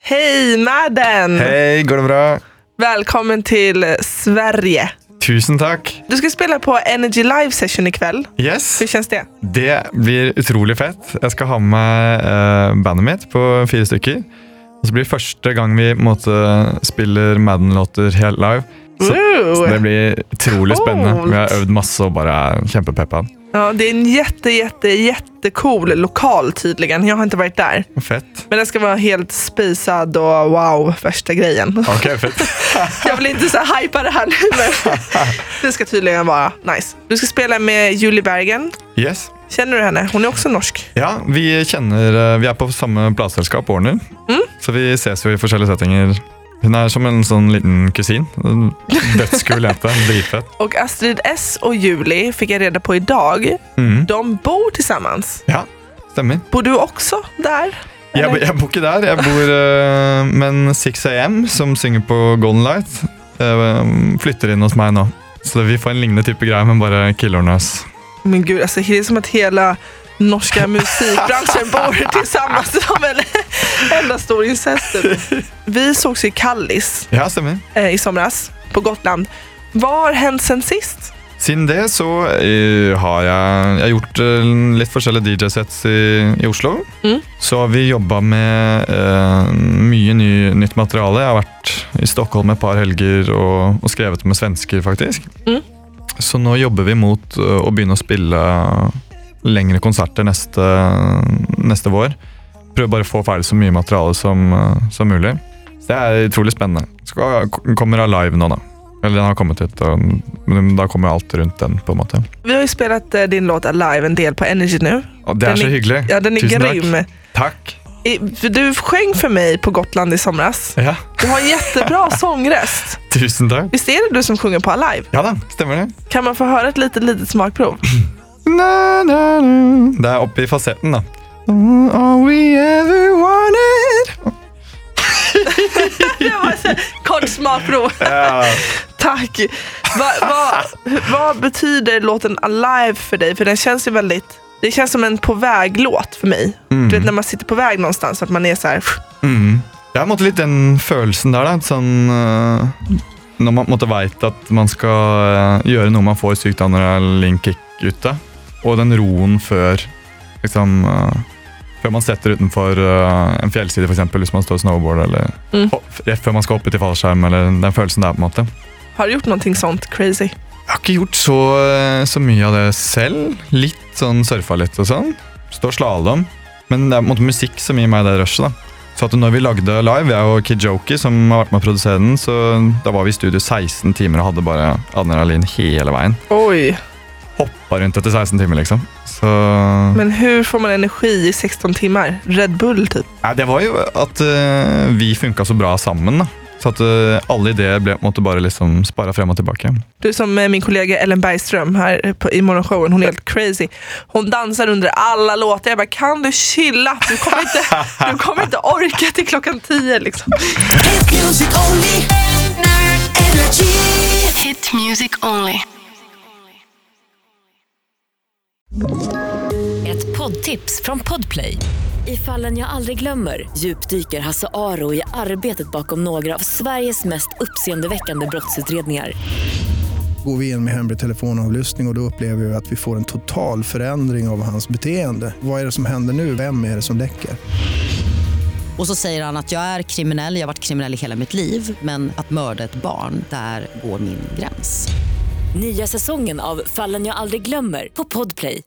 Hej Madden! Hej, går det bra? Välkommen till Sverige. Tusen tack. Du ska spela på Energy Live Session ikväll. Yes. Hur känns det? Det blir otroligt fett. Jag ska ha med bandet mitt på 4 stykker. Och så blir det första gången vi spelar Madden-låter helt live. Så det blir otroligt spännande. Vi har övat massa och bara kämpepeppad. Ja, det är en jättecool lokal tydligen. Jag har inte varit där. Fett. Men det ska vara helt spisad och wow, första grejen. Okej, fett. Jag vill inte så hypa det här nu, men det ska tydligen vara nice. Du ska spela med Julie Bergen. Yes. Känner du henne? Hon är också norsk. Ja, vi är på samma platssällskap år nu. Så vi ses ju i olika settinger. Hon är som en sån liten kusin. Dödskul jente, dritfett. Och Astrid S och Julie fick jag reda på idag. De bor tillsammans. Ja, stämmer. Bor du också där? Jag bor inte där. Jag bor med en 6 AM som synger på Golden Light. Flyttar in hos mig nu. Så vi får en liknande typ av grej, men bara killarnas. Men gud, alltså, det är som att hela norska musikbranschen bor tillsammans som en enda stor incest. Vi sågs i Kallis i somras på Gotland. Vad har hänt sen sist? Siden det så har jag gjort lite olika DJ-sets i Oslo. Så har vi jobbat med mycket nytt material. Jag har varit i Stockholm ett par helger och skrivit med svenskar faktiskt. Så nu jobbar vi mot att börja spela längre konserter nästa vår. Pröva bara få färdigt så mycket material som möjligt. Så det är otroligt spännande. Kommer live nu då. Eller den har kommit ut och då kommer allt runt den på något sätt. Vi har ju spelat din låt Alive en del på Energy nu. Ja, det är så hyggligt. Ja, den är grym. Tack. Du sjöng för mig på Gotland i somras. Ja. Du har en jättebra sångröst. Tusen tack. Visst är det du som sjunger på Alive? Ja, det stämmer det. Kan man få höra ett litet smakprov? Det är uppe i facetten då. All we ever wanted. Det var så kort smakprov. Ja. Tack. Vad betyder låten Alive för dig? För den känns ju det känns som en på väg-låt för mig. Du vet när man sitter på väg någonstans, att man är så här. Jag har mått lite den känslan där då, sån när man måste veta att man ska göra något man får sykt av när det är link kick ute. Och den roen för liksom før man sätter utanför en fjällsida för exempel, hvis man står och snowboard eller rätt för man ska upp till fallskärm eller den känslan där på något. Har du gjort någonting sånt crazy? Jag har inte gjort så mycket av det själv. Lite sån surfa lite och sånt. Står slalom. Men det är mot musik som ger mig det rushet då. Så att när vi lagde live, jag och Kid Jokey som har varit med att producera den, så då var vi i studio 16 timmar och hade bara adrenalin hela vägen. Oj. Hoppa runt efter 16 timmar liksom. Så... Men hur får man energi i 16 timmar? Red Bull typ? Ja, det var ju att vi funkar så bra samman då. Så att alla idéer måste bara liksom spara fram och tillbaka. Du som min kollega Ellen Bergström här i morgonshowen, hon är helt crazy. Hon dansar under alla låtar. Jag bara, kan du chilla? Du kommer inte orka till klockan 10 liksom. Hit music only. Energy. Hit music only. Ett poddtips från Podplay. I Fallen jag aldrig glömmer djupdyker Hasse Aro i arbetet bakom några av Sveriges mest uppseendeväckande brottsutredningar. Går vi in med hemlig telefonavlyssning och då upplever vi att vi får en total förändring av hans beteende. Vad är det som händer nu? Vem är det som läcker? Och så säger han att jag är kriminell, jag har varit kriminell i hela mitt liv. Men att mörda ett barn, där går min gräns. Nya säsongen av Fallen jag aldrig glömmer på Podplay.